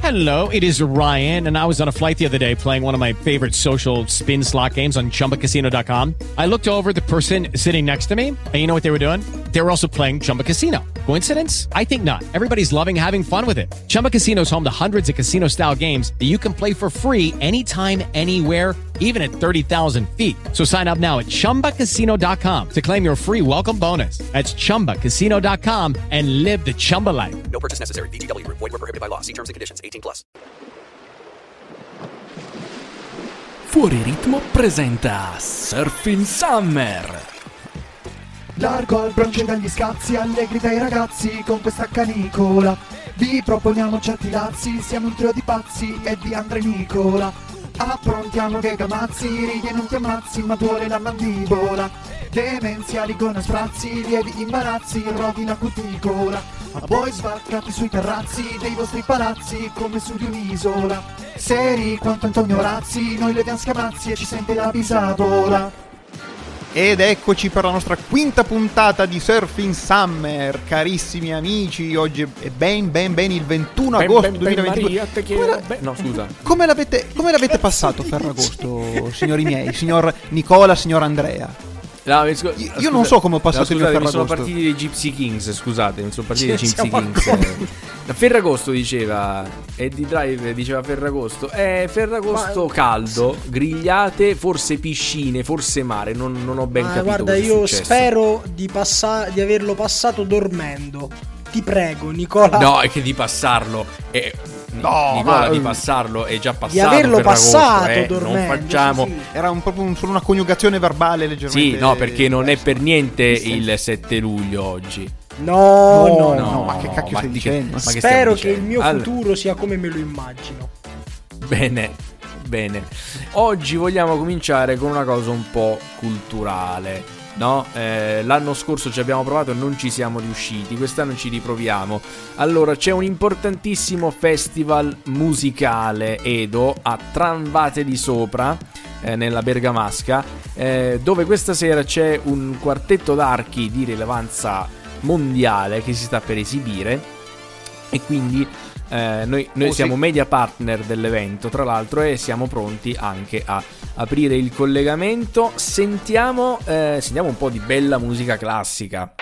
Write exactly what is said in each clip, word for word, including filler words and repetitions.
Hello, it is Ryan, and I was on a flight the other day playing one of my favorite social spin slot games on Chumba Casino dot com. I looked over at the person sitting next to me, and you know what they were doing? They were also playing Chumba Casino. Coincidence? I think not. Everybody's loving having fun with it. Chumba Casino is home to hundreds of casino-style games that you can play for free anytime, anywhere, even at thirty thousand feet. So sign up now at Chumba Casino dot com to claim your free welcome bonus. That's Chumba Casino dot com and live the Chumba life. No purchase necessary. V G W. Void where prohibited by law. See terms and conditions. eighteen plus. Fuori Ritmo presenta Surfing Summer. Largo al bronce dagli scazzi, allegri dai ragazzi con questa canicola. Vi proponiamo certi lazzi, siamo un trio di pazzi e di Andre Nicola. Approntiamo che gamazzi, ridi e non ti ammazzi, ma duole la mandibola. Demenziali con sprazzi, lievi imbarazzi, rodi la cuticola. Ma poi sbarcati sui terrazzi dei vostri palazzi come su di un'isola. Seri quanto Antonio Razzi, noi le diamo scamazzi e ci sente la bisadola. Ed eccoci per la nostra quinta puntata di Surfing Summer, carissimi amici. Oggi è ben ben ben il ventuno ben, agosto ben, duemilaventidue. Maria, te come, la... ben... no, scusa. come l'avete, come l'avete passato Ferragosto, signori miei, signor Nicola, signor Andrea? No, scu- io, scusa, io non so come ho passato no, il scusate, Ferragosto. mi sono partiti dei Gypsy Kings, scusate, mi sono partiti dei Gypsy Siamo Kings. Da Ferragosto diceva Eddie Drive, diceva Ferragosto. Eh, Ferragosto Ma... caldo, grigliate, forse piscine, forse mare, non, non ho ben Ma capito. guarda, io spero di, passa- di averlo passato dormendo. Ti prego, Nicola. No, è che di passarlo è... No, Nicola, ma... di passarlo è già passato. Di averlo Ferragosto, passato eh, dormendo. non facciamo. Sì, sì. Era un, proprio un, solo una coniugazione verbale leggermente. Sì, no, perché non è per niente sì. il sette luglio oggi. No, No, no, no, no. ma che cacchio ma stai di dicendo? ma che Spero stiamo che il dicendo? mio Allora, futuro sia come me lo immagino. Bene, bene. Oggi vogliamo cominciare con una cosa un po' culturale. No, eh, l'anno scorso ci abbiamo provato e non ci siamo riusciti. Quest'anno ci riproviamo. Allora, c'è un importantissimo festival musicale Edo a Tranvate di Sopra, eh, nella Bergamasca, eh, dove questa sera c'è un quartetto d'archi di rilevanza mondiale che si sta per esibire. E quindi eh, noi, noi oh, siamo sì. media partner dell'evento, tra l'altro, e siamo pronti anche a aprire il collegamento. Sentiamo, eh, sentiamo un po' di bella musica classica.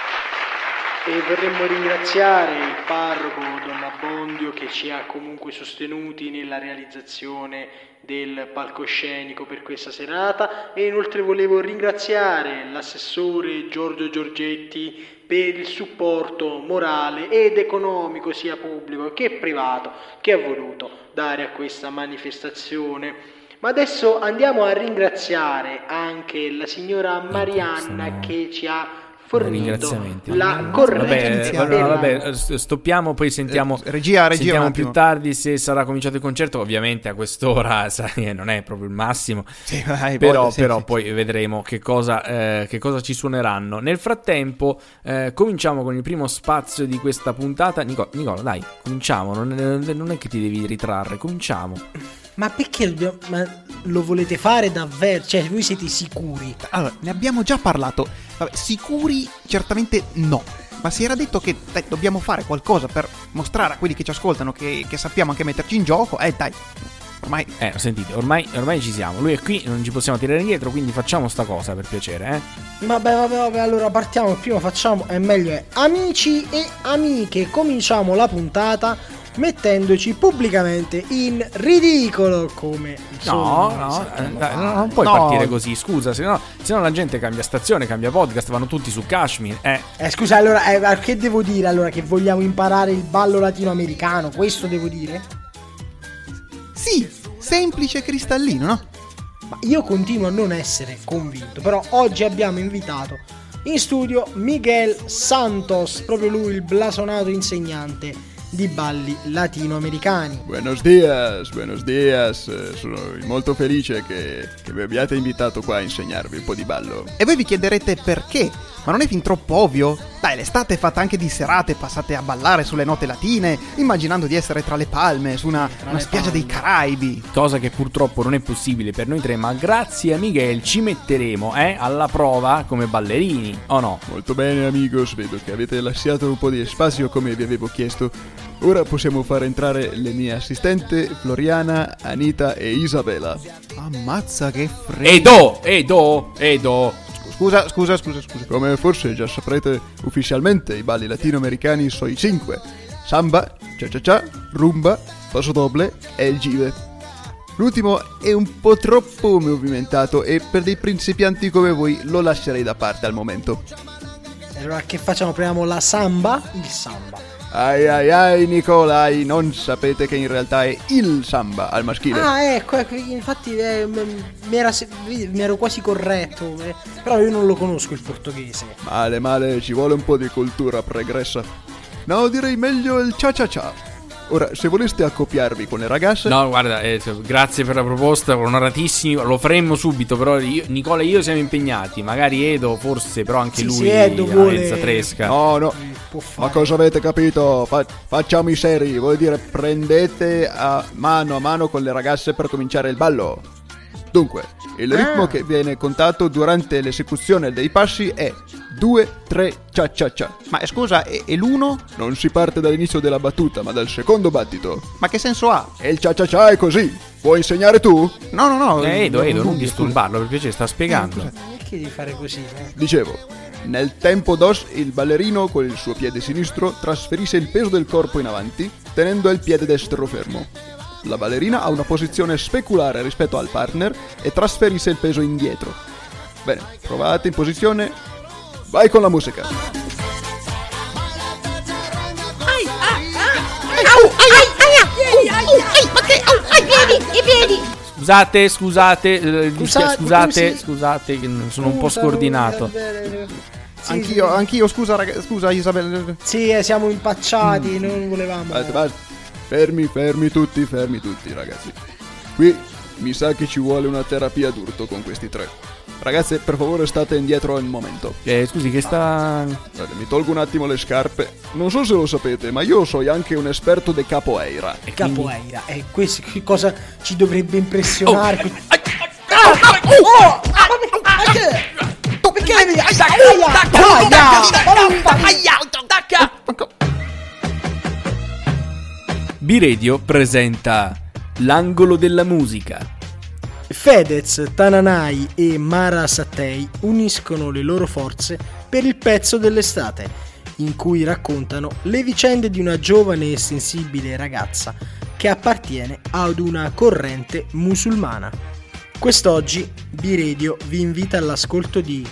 E vorremmo ringraziare il parroco Don Abbondio che ci ha comunque sostenuti nella realizzazione del palcoscenico per questa serata, e inoltre volevo ringraziare l'assessore Giorgio Giorgetti per il supporto morale ed economico sia pubblico che privato che ha voluto dare a questa manifestazione. Ma adesso andiamo a ringraziare anche la signora Marianna che ci ha fornito la corrente. Vabbè, vabbè, vabbè, stoppiamo, poi sentiamo, eh, regia, regia sentiamo più tardi se sarà cominciato il concerto. Ovviamente a quest'ora sai, non è proprio il massimo, sì, vai, però, poi, sì, però sì, poi sì. vedremo che cosa, eh, che cosa ci suoneranno. Nel frattempo eh, cominciamo con il primo spazio di questa puntata. Nicola, Nicola dai, cominciamo, non è, non è che ti devi ritrarre, cominciamo. Ma perché dobbiamo, ma lo volete fare davvero? Cioè, voi siete sicuri? Allora, ne abbiamo già parlato. Vabbè, sicuri certamente no, ma si era detto che dai, dobbiamo fare qualcosa per mostrare a quelli che ci ascoltano che, che sappiamo anche metterci in gioco. Eh dai, ormai... Eh, sentite, ormai, ormai ci siamo. Lui è qui, non ci possiamo tirare indietro, quindi facciamo sta cosa per piacere, eh? Vabbè, vabbè, vabbè, allora partiamo. Prima facciamo, è meglio è amici e amiche, cominciamo la puntata mettendoci pubblicamente in ridicolo come no, no, eh, no, non puoi no. partire così, scusa, se no, se no la gente cambia stazione, cambia podcast, vanno tutti su Kashmir. Eh, eh scusa, allora, eh, che devo dire? Allora, che vogliamo imparare il ballo latinoamericano, questo devo dire? Sì, semplice e cristallino, no? Ma io continuo a non essere convinto, però oggi abbiamo invitato in studio Miguel Santos, proprio lui, il blasonato insegnante di balli latinoamericani. Buenos dias, buenos dias. Eh, sono molto felice che, che mi abbiate invitato qua a insegnarvi un po' di ballo. E voi vi chiederete perché? Ma non è fin troppo ovvio? Dai, l'estate è fatta anche di serate passate a ballare sulle note latine, immaginando di essere tra le palme, su una, una spiaggia dei Caraibi. Cosa che purtroppo non è possibile per noi tre, ma grazie a Miguel ci metteremo eh, alla prova come ballerini, o no? Molto bene amigos, vedo che avete lasciato un po' di spazio come vi avevo chiesto. Ora possiamo far entrare le mie assistenti Floriana, Anita e Isabella. Ammazza che freddo. Edo, Edo, Edo. Scusa, scusa, scusa, scusa. Come forse già saprete, ufficialmente i balli latinoamericani sono i cinque: samba, cha-cha-cha, rumba, paso doble e il jive. L'ultimo è un po' troppo movimentato e per dei principianti come voi lo lascerei da parte al momento. Allora che facciamo? Proviamo la samba? Il samba. Ai ai ai Nicolai, non sapete che in realtà è il samba al maschile. Ah ecco, ecco infatti eh, mi, era, mi ero quasi corretto, eh, però io non lo conosco il portoghese. Male male, ci vuole un po' di cultura pregressa. No, direi meglio il cha cha cha. Ora, se voleste accoppiarvi con le ragazze... No, guarda, eh, grazie per la proposta, onoratissimi, lo faremmo subito, però io, Nicola e io siamo impegnati, magari Edo forse, però anche sì, lui sì, Edo la vuole... mezza tresca. No, no, ma cosa avete capito? Fa- facciamo i seri, vuol dire prendete a mano a mano con le ragazze per cominciare il ballo. Dunque, il ritmo ah. che viene contato durante l'esecuzione dei passi è due tre cha cha cha. Ma scusa, e, e l'uno? Non si parte dall'inizio della battuta, ma dal secondo battito. Ma che senso ha? E il cha cha cha è così. Vuoi insegnare tu? No, no, no. Eh, Edo, Edo, non scusa. disturbarlo, per piacere, sta spiegando. Eh, Perché devi fare così? Eh? Dicevo, nel tempo dos il ballerino con il suo piede sinistro trasferisce il peso del corpo in avanti, tenendo il piede destro fermo. La ballerina ha una posizione speculare rispetto al partner e trasferisce il peso indietro. Bene, provate in posizione. Vai con la musica. I piedi! Scusate, scusate, eh, Scusate, scusate, come si- scusate, che sono un po' scordinato. Sì, anch'io, sì. anch'io, scusa, raga, scusa Isabella. Sì, eh, siamo impacciati, non volevamo. Basta, basta. Fermi, fermi tutti, fermi tutti, ragazzi. Qui mi sa che ci vuole una terapia d'urto con questi tre. Ragazze, per favore state indietro un momento. Eh, scusi, che sta... Guarda, mi tolgo un attimo le scarpe. Non so se lo sapete, ma io sono anche un esperto di capoeira. E quindi- Capoeira, e questo che cosa ci dovrebbe impressionare? Oh, Oh, perché devi... B-Radio presenta L'angolo della musica. Fedez, Tananai e Mara Sattei uniscono le loro forze per il pezzo dell'estate, in cui raccontano le vicende di una giovane e sensibile ragazza che appartiene ad una corrente musulmana. Quest'oggi B-Radio vi invita all'ascolto di...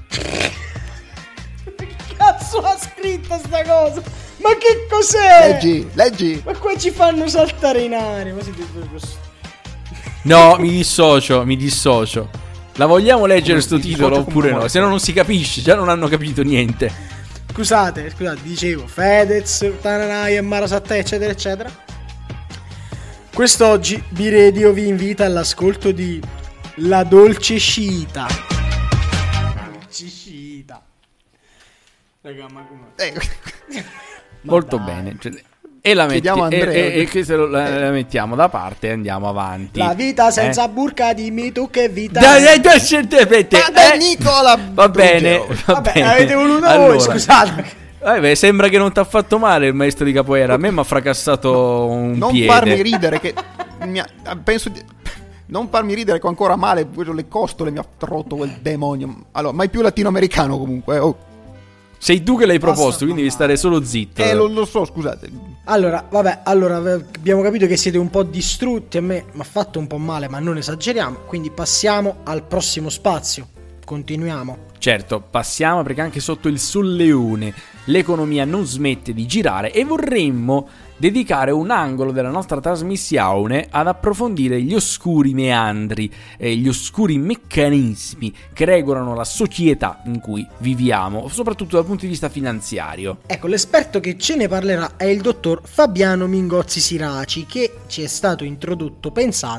Che cazzo ha scritto sta cosa? Ma che cos'è? Leggi, leggi. Ma qua ci fanno saltare in aria. Ma siete proprio st- No, mi dissocio, mi dissocio. La vogliamo leggere sto Mi titolo dissocio oppure come no? Se no non si capisce, già non hanno capito niente. Scusate, scusate, dicevo Fedez, Tananai e Mara Sattei, eccetera, eccetera. Quest'oggi B-Radio vi invita all'ascolto di La Dolce Sciita. Dolce Sciita. Raga, ma come... Eh, Molto dai. bene. Cioè, e la metti, Chiediamo e, Andrea. e, e questa lo- la, la mettiamo da parte e andiamo avanti. La vita senza Eh? burka, dimmi tu che vita Dai, è. dai, dai, scegliete, Ma dai, eh? Nicola, Va bene, Brugero. va Vabbè, bene. avete voluto Allora. voi, scusate. Eh beh, sembra che non ti ha fatto male il maestro di capoeira. A me mi ha fracassato un Non piede. farmi ridere che mi ha- penso di... Non farmi ridere che ho ancora male, le costole mi ha rotto quel demonio. Allora, mai più latinoamericano comunque. eh, Oh. Sei tu che l'hai proposto, Basta, quindi devi mamma. stare solo zitto. Eh, lo, lo so, scusate. Allora, vabbè, allora eh, abbiamo capito che siete un po' distrutti, a me mi ha fatto un po' male, ma non esageriamo, quindi passiamo al prossimo spazio. Continuiamo. Certo, passiamo perché anche sotto il solleone l'economia non smette di girare e vorremmo dedicare un angolo della nostra trasmissione ad approfondire gli oscuri meandri e gli oscuri meccanismi che regolano la società in cui viviamo, soprattutto dal punto di vista finanziario. Ecco, l'esperto che ce ne parlerà è il dottor Fabiano Mingozzi Siraci, che ci è stato introdotto, pensate,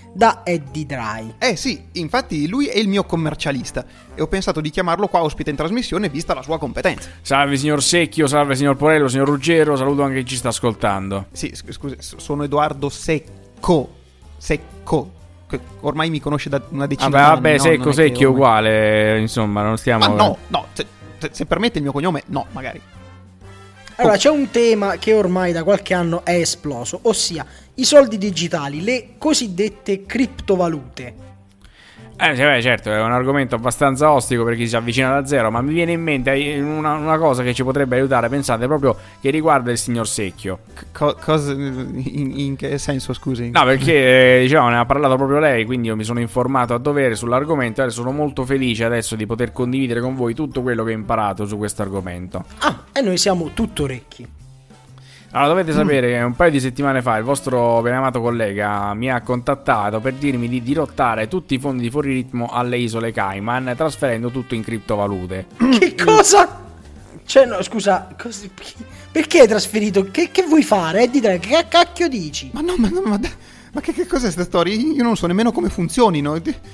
da Eddie Dry. Eh sì, infatti lui è il mio commercialista e ho pensato di chiamarlo qua ospite in trasmissione vista la sua competenza. Salve signor Secchio, salve signor Porello, signor Ruggero, saluto anche chi ci sta ascoltando. Sì, scusi, sono Edoardo Secco. Secco. Ormai mi conosce da una decina vabbè, di anni. Vabbè, no, Secco, Secchio è ormai... uguale, insomma, non stiamo... Ma no, no, se, se, se permette il mio cognome, no, magari. Allora, c'è un tema che ormai da qualche anno è esploso, ossia i soldi digitali, le cosiddette criptovalute. Eh, beh, certo, è un argomento abbastanza ostico per chi si avvicina da zero, ma mi viene in mente una, una cosa che ci potrebbe aiutare, pensate, proprio che riguarda il signor Secchio. Co- cosa, in, in che senso, scusi? No, perché eh, diciamo, ne ha parlato proprio lei, quindi io mi sono informato a dovere sull'argomento e sono molto felice adesso di poter condividere con voi tutto quello che ho imparato su questo argomento. Ah, e noi siamo tutto orecchi. Allora, dovete sapere che un paio di settimane fa il vostro benamato collega mi ha contattato per dirmi di dirottare tutti i fondi di fuori ritmo alle isole Cayman, trasferendo tutto in criptovalute. Che cosa? Cioè, no, scusa, cosa, perché hai trasferito? Che, che vuoi fare? Eddie Dry, che cacchio dici? Ma no, ma, no, ma, ma che, che cos'è questa storia? Io non so nemmeno come funzionino.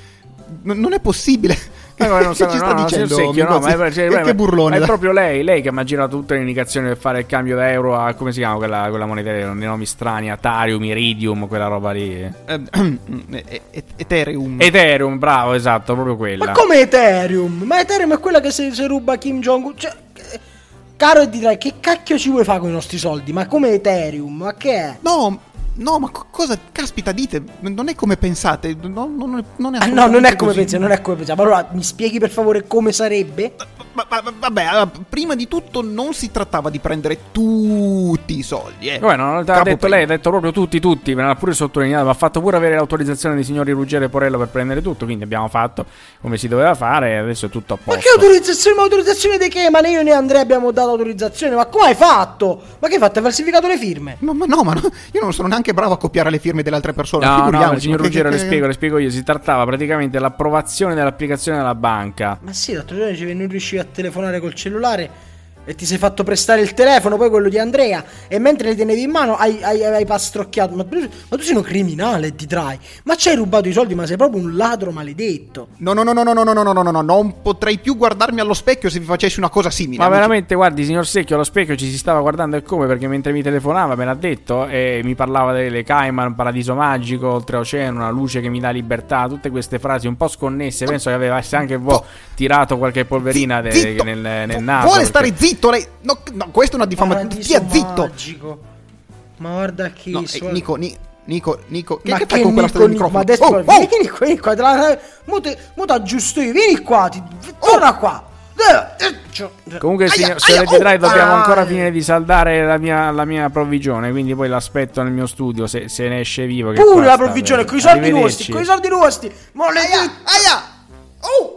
Non è possibile. Eh, non so, che ci no, sta no, dicendo? Secchio, no, ma è, cioè, che, che burlone. È proprio lei, lei che mi ha girato tutte le indicazioni per fare il cambio da euro a, come si chiama quella, quella moneta, dei nomi strani, Ethereum, Iridium, quella roba lì. Eh, Ethereum. Ethereum, bravo, esatto, proprio quella. Ma come Ethereum? Ma Ethereum è quella che se, se ruba Kim Jong-un. Cioè, caro Eddie Dry, che cacchio ci vuoi fare con i nostri soldi? Ma come Ethereum? Ma che è? No, no, ma cosa, caspita, dite, non è come pensate, no, non, non è ah, no, non è come così. pensi, non è come pensiamo. Allora, mi spieghi per favore come sarebbe? Ma, ma, vabbè, allora, prima di tutto non si trattava di prendere tutti i soldi, eh. Vabbè, non l'ha detto lei, ha detto proprio tutti, tutti, me l'ha pure sottolineato, ma ha fatto pure avere l'autorizzazione dei signori Ruggero e Porello per prendere tutto, quindi abbiamo fatto come si doveva fare e adesso è tutto a posto. Ma che autorizzazione? Ma autorizzazione di che? Ma né io né Andrea abbiamo dato autorizzazione, ma come hai fatto? Ma che hai fatto? Hai falsificato le firme? Ma, ma no, ma no, io non sono neanche bravo a copiare le firme delle altre persone. No, no, il signor che, Ruggero, che, le spiego, le spiego io, si trattava praticamente dell'approvazione dell'applicazione della banca. Ma sì, l'altro giorno dicevi non riuscivi a telefonare col cellulare e ti sei fatto prestare il telefono, poi quello di Andrea, e mentre li tenevi in mano hai, hai, hai pastrocchiato. Ma tu, ma tu sei un criminale, Eddie Dry. Ma ci hai rubato i soldi, ma sei proprio un ladro maledetto. No, no, no, no, no, no, no, no, no, no, no, non potrei più guardarmi allo specchio se vi facessi una cosa simile. Ma amici. veramente, guardi, signor Secchio, allo specchio ci si stava guardando e come, perché mentre mi telefonava me l'ha detto e mi parlava delle Cayman, paradiso magico, oltreoceano, una luce che mi dà libertà, tutte queste frasi un po' sconnesse. Penso che avesse anche un po' tirato qualche polverina de, zitto, nel, nel naso. Vuole perché... stare zitto lei? No, no, questa è una diffamazione. Stia zitto. Magico. Ma guarda che no, suo... eh, Nico, ni, Nico, Nico, che, ma che che fai con quella Nico, storia del Nico, microfono? ma adesso Oh, vieni, oh! vieni qua, vieni qua, te la, mo, te, mo ti aggiusto io, vieni qua, ti, torna qua. Comunque, signor aia, Eddie Dry, oh, dobbiamo ah, ancora eh. finire di saldare la mia, la mia provvigione. Quindi poi l'aspetto nel mio studio se, se ne esce vivo. Che Pure la sta, provvigione, per... con i soldi Arrivederci. nostri, con i soldi nostri. Moledetti. Aia! Oh!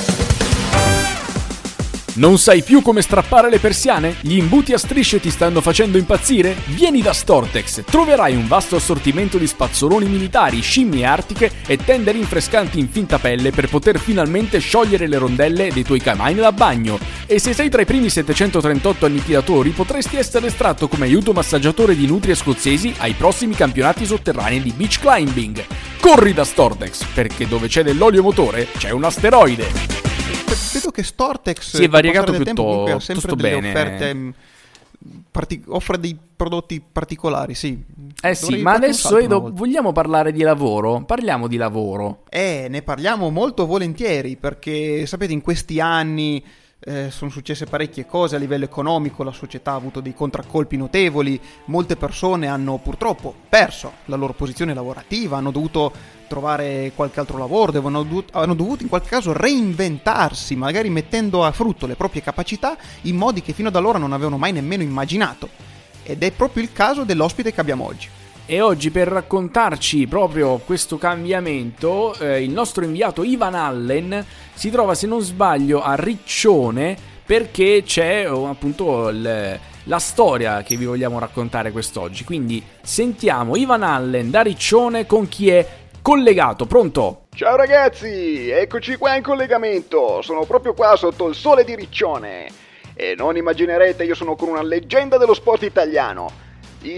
Non sai più come strappare le persiane? Gli imbuti a strisce ti stanno facendo impazzire? Vieni da Stortex! Troverai un vasto assortimento di spazzoloni militari, scimmie artiche e tende rinfrescanti in finta pelle per poter finalmente sciogliere le rondelle dei tuoi camaini da bagno. E se sei tra i primi settecentotrentotto annittilatori potresti essere estratto come aiuto massaggiatore di nutrie scozzesi ai prossimi campionati sotterranei di beach climbing. Corri da Stortex, perché dove c'è dell'olio motore c'è un asteroide! Vedo che Stortex si è variegato tempo, piuttosto, ha sempre piuttosto delle bene. offerte, mh, partic- offre dei prodotti particolari, sì. Eh sì, Dovrei ma farti un adesso salto Edo, una volta. vogliamo parlare di lavoro? Parliamo di lavoro. Eh, ne parliamo molto volentieri perché sapete in questi anni eh, sono successe parecchie cose a livello economico, la società ha avuto dei contraccolpi notevoli, molte persone hanno purtroppo perso la loro posizione lavorativa, hanno dovuto trovare qualche altro lavoro, devono dovuto, hanno dovuto in qualche caso reinventarsi, magari mettendo a frutto le proprie capacità in modi che fino ad allora non avevano mai nemmeno immaginato. Ed è proprio il caso dell'ospite che abbiamo oggi. E oggi per raccontarci proprio questo cambiamento eh, il nostro inviato Ivan Allen si trova, se non sbaglio, a Riccione, perché c'è oh, appunto il, la storia che vi vogliamo raccontare quest'oggi. Quindi sentiamo Ivan Allen da Riccione con chi è collegato. Pronto? Ciao ragazzi, eccoci qua in collegamento, sono proprio qua sotto il sole di Riccione. E non immaginerete, io sono con una leggenda dello sport italiano, il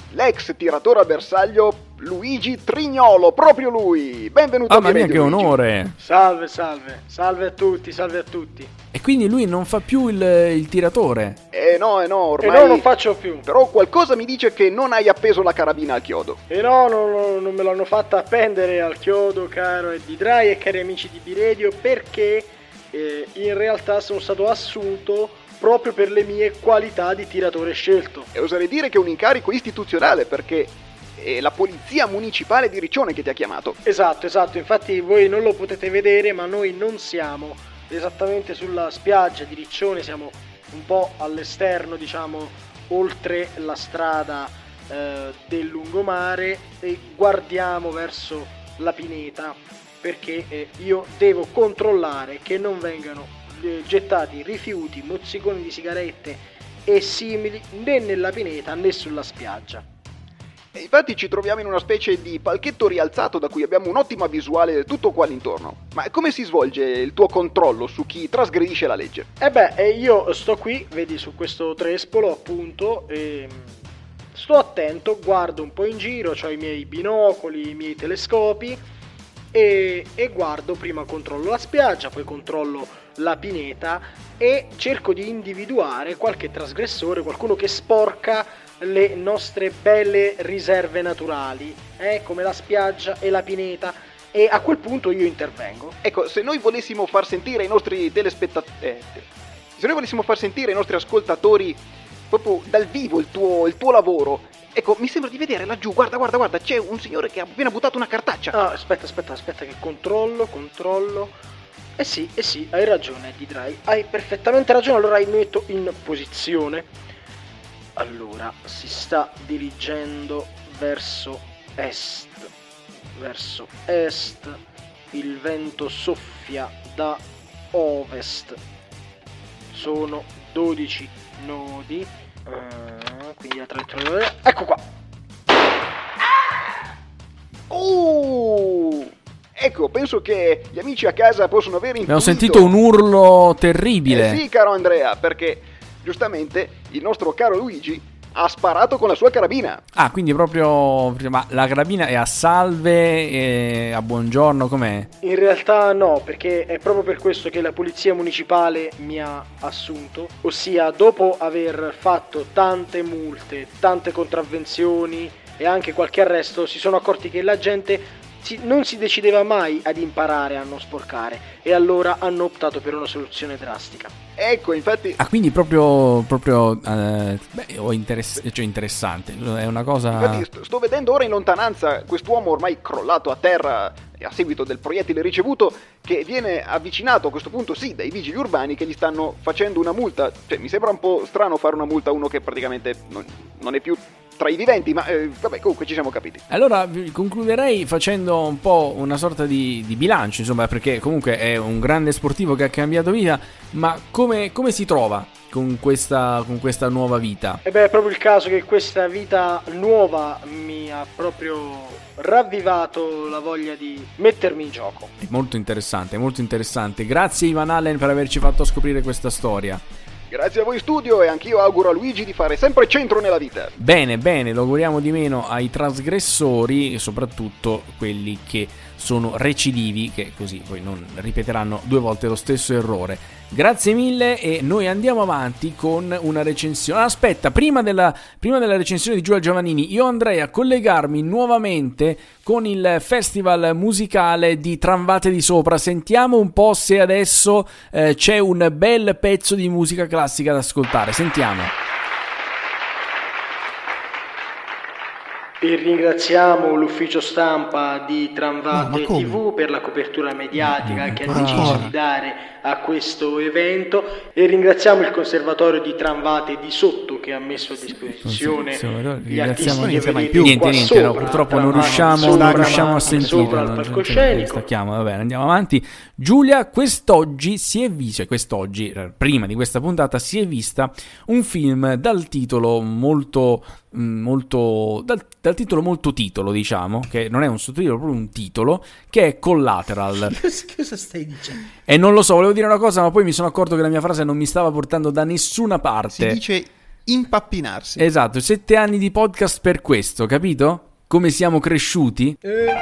l'ex tiratore a bersaglio Luigi Trignolo, proprio lui. Benvenuto Ah, a ma mia, Luigi. che onore! Salve, salve, salve a tutti, salve a tutti. E quindi lui non fa più il, il tiratore? Eh no, eh no, ormai... E no, non faccio più. Però qualcosa mi dice che non hai appeso la carabina al chiodo. E no, no, no, non me l'hanno fatta appendere al chiodo, caro Eddie Dry e cari amici di B-Radio, perché eh, in realtà sono stato assunto proprio per le mie qualità di tiratore scelto. E oserei dire che è un incarico istituzionale, perché è la polizia municipale di Riccione che ti ha chiamato. Esatto, esatto, infatti voi non lo potete vedere, ma noi non siamo esattamente sulla spiaggia di Riccione, siamo un po' all'esterno, diciamo, oltre la strada eh, del lungomare, e guardiamo verso la pineta, perché eh, io devo controllare che non vengano eh, gettati rifiuti, mozziconi di sigarette e simili né nella pineta né sulla spiaggia. E infatti ci troviamo in una specie di palchetto rialzato da cui abbiamo un'ottima visuale tutto qua all'intorno. Ma come si svolge il tuo controllo su chi trasgredisce la legge? Eh beh, eh, io sto qui, vedi, su questo trespolo appunto, e sto attento, guardo un po' in giro, ho i miei binocoli, i miei telescopi e, e guardo, prima controllo la spiaggia, poi controllo la pineta e cerco di individuare qualche trasgressore, qualcuno che sporca le nostre belle riserve naturali, eh, come la spiaggia e la pineta, e a quel punto io intervengo. Ecco, se noi volessimo far sentire ai nostri telespettatori, eh, se noi volessimo far sentire ai nostri ascoltatori proprio dal vivo il tuo, il tuo lavoro, ecco, mi sembra di vedere laggiù, guarda, guarda, guarda, c'è un signore che ha appena buttato una cartaccia. Ah, aspetta, aspetta, aspetta che controllo, controllo. Eh sì, eh sì, hai ragione, Eddie Dry, hai perfettamente ragione, allora mi metto in posizione. Allora, si sta dirigendo verso est, verso est, il vento soffia da ovest, sono dodici nodi, uh, quindi la traiettoria, ecco qua. Oh! Ecco, penso che gli amici a casa possono aver intuito. Abbiamo sentito un urlo terribile. Eh sì, caro Andrea, perché giustamente il nostro caro Luigi ha sparato con la sua carabina. Ah, quindi proprio... ma la carabina è a salve, e a buongiorno, com'è? In realtà no, perché è proprio per questo che la polizia municipale mi ha assunto, ossia dopo aver fatto tante multe, tante contravvenzioni e anche qualche arresto, si sono accorti che la gente non si decideva mai ad imparare a non sporcare, e allora hanno optato per una soluzione drastica. Ecco, infatti... Ah, quindi proprio... proprio eh, beh, o interess- cioè interessante, è una cosa... Infatti sto, sto vedendo ora in lontananza quest'uomo ormai crollato a terra a seguito del proiettile ricevuto, che viene avvicinato a questo punto, sì, dai vigili urbani che gli stanno facendo una multa. Cioè, mi sembra un po' strano fare una multa a uno che praticamente non, non è più tra i viventi, ma eh, vabbè, comunque ci siamo capiti. Allora concluderei facendo un po' una sorta di, di bilancio, insomma, perché comunque è un grande sportivo che ha cambiato vita, ma come, come si trova con questa, con questa nuova vita? E beh, è proprio il caso che questa vita nuova mi ha proprio ravvivato la voglia di mettermi in gioco. È molto interessante, molto interessante. Grazie Ivan Allen per averci fatto scoprire questa storia. Grazie a voi studio, e anch'io auguro a Luigi di fare sempre centro nella vita. Bene, bene, lo auguriamo di meno ai trasgressori, e soprattutto quelli che sono recidivi, che così poi non ripeteranno due volte lo stesso errore. Grazie mille, e noi andiamo avanti con una recensione. Aspetta, prima della, prima della recensione di Giulia Giovannini, io andrei a collegarmi nuovamente con il festival musicale di Tramvate di Sopra. Sentiamo un po' se adesso eh, c'è un bel pezzo di musica classica da ascoltare. Sentiamo. E ringraziamo l'ufficio stampa di Tramvate No, ma come? tivù per la copertura mediatica No, che no, ha deciso no. di dare a questo evento, e ringraziamo il conservatorio di Tramvate di sotto che ha messo a disposizione gli artisti che vedete niente, qua niente, sopra, no, purtroppo non Tramvate riusciamo, sopra, non riusciamo a sopra sentire, il non- palcoscenico. stacchiamo, va bene, andiamo avanti. Giulia, quest'oggi si è vista, cioè quest'oggi, eh, prima di questa puntata, si è vista un film dal titolo molto, mh, molto, dal, dal titolo molto titolo, diciamo, che non è un sottotitolo, proprio un titolo, che è Collateral. Cosa stai dicendo? E non lo so, volevo dire una cosa, ma poi mi sono accorto che la mia frase non mi stava portando da nessuna parte. Si dice impappinarsi. Esatto, sette anni di podcast per questo, capito? Come siamo cresciuti?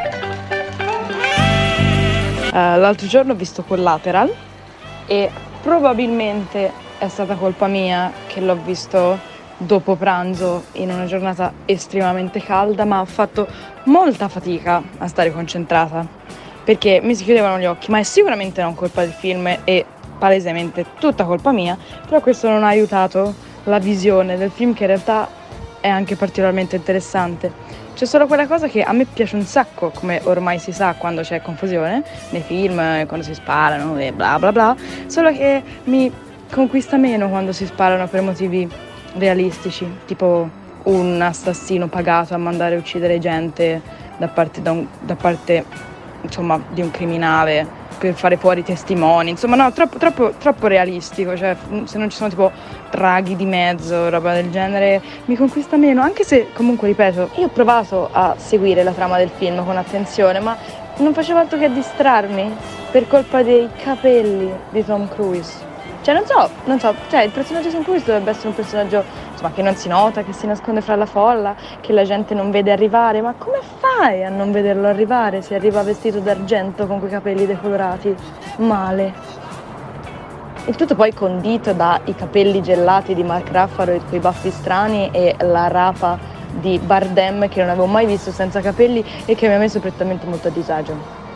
Uh, l'altro giorno ho visto Collateral e probabilmente è stata colpa mia che l'ho visto dopo pranzo in una giornata estremamente calda, ma ho fatto molta fatica a stare concentrata perché mi si chiudevano gli occhi, ma è sicuramente non colpa del film e palesemente tutta colpa mia, però questo non ha aiutato la visione del film, che in realtà è anche particolarmente interessante. C'è solo quella cosa che a me piace un sacco, come ormai si sa quando c'è confusione nei film, quando si sparano e bla bla bla, solo che mi conquista meno quando si sparano per motivi realistici, tipo un assassino pagato a mandare a uccidere gente da parte, da un, da parte insomma, di un criminale per fare fuori testimoni, insomma no, troppo, troppo, troppo realistico, cioè se non ci sono tipo draghi di mezzo, roba del genere, mi conquista meno, anche se comunque, ripeto, io ho provato a seguire la trama del film con attenzione, ma non faceva altro che distrarmi per colpa dei capelli di Tom Cruise. Cioè non so, non so, cioè il personaggio di Tom Cruise dovrebbe essere un personaggio insomma che non si nota, che si nasconde fra la folla, che la gente non vede arrivare, ma come fai a non vederlo arrivare se arriva vestito d'argento con quei capelli decolorati? Male. Il tutto poi condito dai capelli gelati di Mark Ruffalo e quei baffi strani e la rapa di Bardem che non avevo mai visto senza capelli e che mi ha messo prettamente molto a disagio.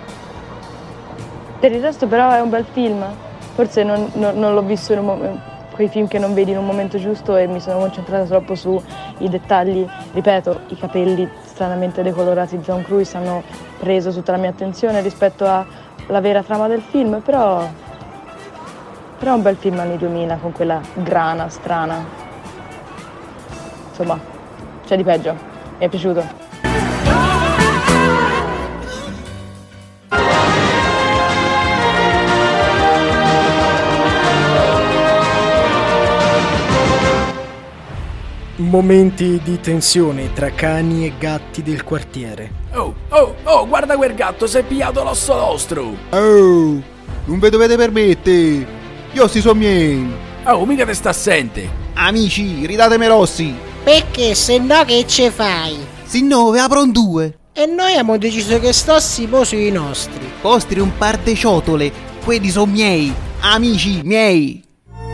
Per il resto però è un bel film. Forse non, non, non l'ho visto in un momento, quei film che non vedi in un momento giusto, e mi sono concentrata troppo sui dettagli. Ripeto, i capelli stranamente decolorati di Tom Cruise hanno preso tutta la mia attenzione rispetto alla vera trama del film, però, però è un bel film anni duemila con quella grana strana. Insomma, c'è di peggio. Mi è piaciuto. Momenti di tensione tra cani e gatti del quartiere. Oh, oh, oh, guarda quel gatto, si è pigliato l'osso nostro. Oh, non ve dovete permettere. Io si sono miei. Oh, mica te sta assente. Amici, ridatemi rossi. Perché se no che ce fai? Se no, ve apro un due. E noi abbiamo deciso che stossimo sui nostri. Vostri un par de ciotole. Quelli sono miei. Amici miei.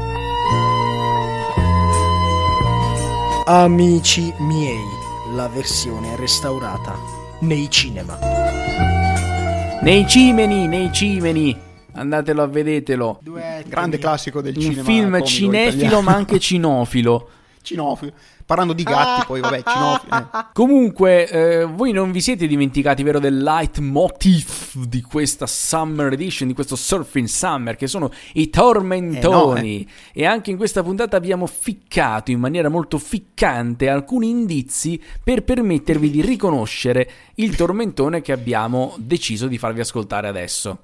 Amici miei, la versione restaurata nei cinema. Nei cimeni, nei cimeni. Andatelo a vedetelo. Grande classico del un cinema. Un film cinefilo italiano. Ma anche cinofilo. Cinofilo. Parlando di gatti, poi vabbè, cinofilo. Eh. Comunque, eh, voi non vi siete dimenticati, vero, del leitmotiv di questa Summer Edition, di questo Surfing Summer, che sono i tormentoni. Eh no, eh. E anche in questa puntata abbiamo ficcato in maniera molto ficcante alcuni indizi per permettervi di riconoscere il tormentone che abbiamo deciso di farvi ascoltare adesso.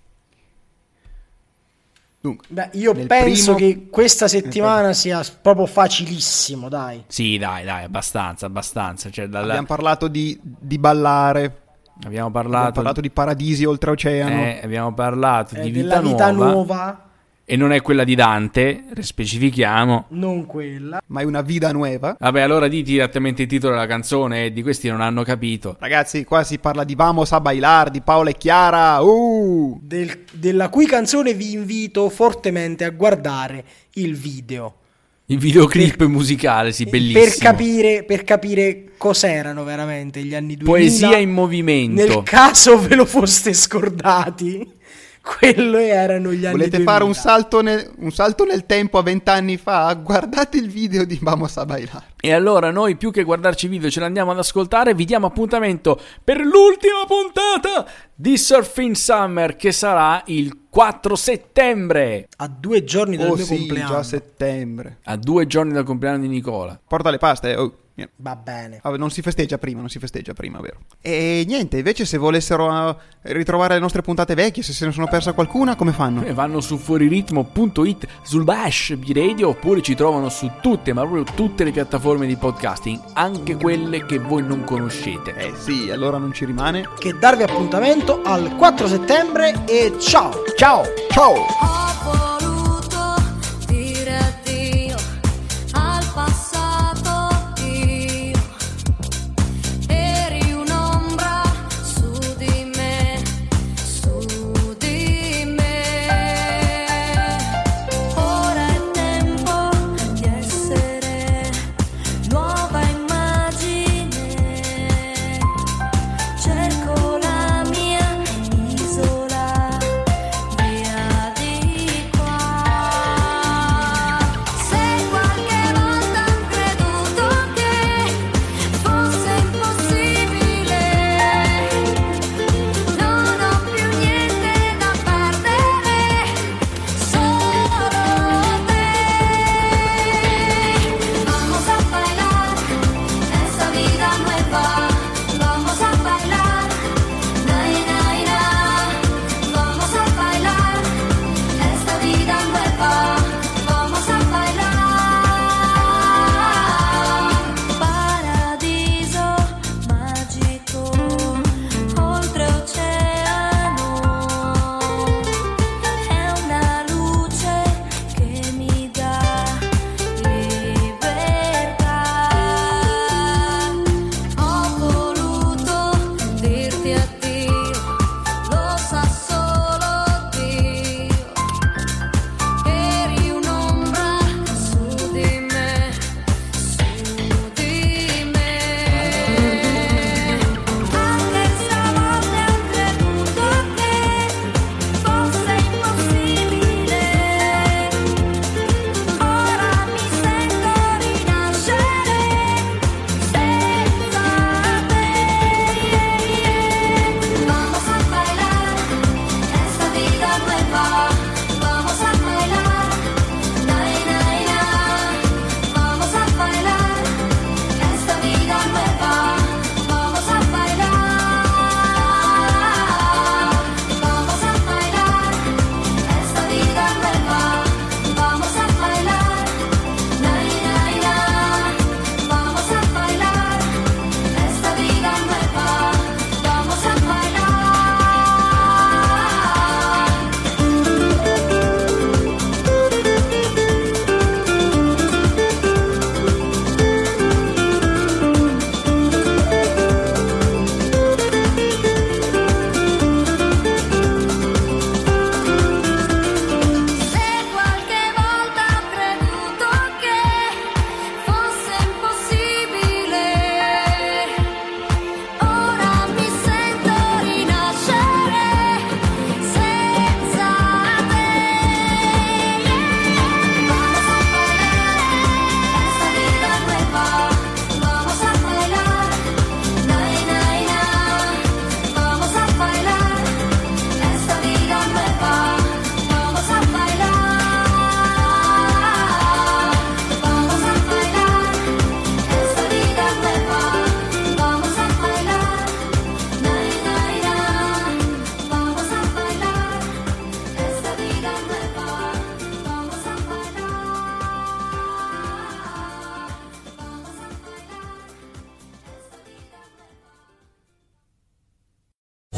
Dunque, beh, io penso primo... che questa settimana sia proprio facilissimo, dai. Sì, dai, dai, abbastanza, abbastanza. Cioè, dalla... Abbiamo parlato di, di ballare. Abbiamo parlato... abbiamo parlato di paradisi oltreoceano. Eh, abbiamo parlato eh, di vita, vita nuova. nuova. E non è quella di Dante, specifichiamo. Non quella. Ma è una vita nuova. Vabbè, allora diti direttamente il titolo della canzone, e di questi non hanno capito. Ragazzi, qua si parla di Vamos a Bailar, di Paola e Chiara. Uh! Del, della cui canzone vi invito fortemente a guardare il video. Il videoclip per, musicale, sì, bellissimo. Per capire, per capire cos'erano veramente gli anni duemila. Poesia in movimento. Nel caso ve lo foste scordati. Quello erano gli anni Volete duemila. fare un salto, nel, un salto nel tempo a vent'anni fa? Guardate il video di Vamos a Bailar. E allora noi, più che guardarci i video, ce l'andiamo ad ascoltare. Vi diamo appuntamento per l'ultima puntata di Surfing Summer, che sarà il quattro settembre. A due giorni dal oh, mio sì, compleanno. già settembre. A due giorni dal compleanno di Nicola. Porta le paste, oh. Va bene. Vabbè, non si festeggia prima, non si festeggia prima, vero? E niente, invece se volessero ritrovare le nostre puntate vecchie, se se ne sono persa qualcuna, come fanno? E vanno su fuoriritmo punto it, sul Bash B-Radio, oppure ci trovano su tutte, ma proprio tutte le piattaforme di podcasting, anche quelle che voi non conoscete. Eh sì, allora non ci rimane che darvi appuntamento al quattro settembre e ciao! Ciao! Ciao! Ho voluto dire addio al passato.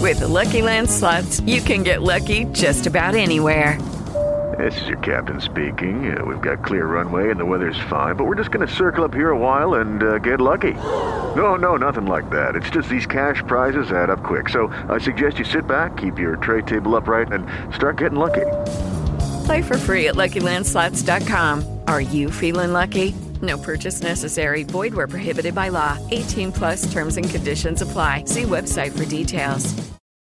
With the Lucky Land Slots, you can get lucky just about anywhere. This is your captain speaking. Uh, we've got clear runway and the weather's fine, but we're just going to circle up here a while and uh, get lucky. No, no, nothing like that. It's just these cash prizes add up quick. So I suggest you sit back, keep your tray table upright, and start getting lucky. Play for free at Lucky Land Slots dot com. Are you feeling lucky? No purchase necessary. Void where prohibited by law. eighteen plus terms and conditions apply. See website for details.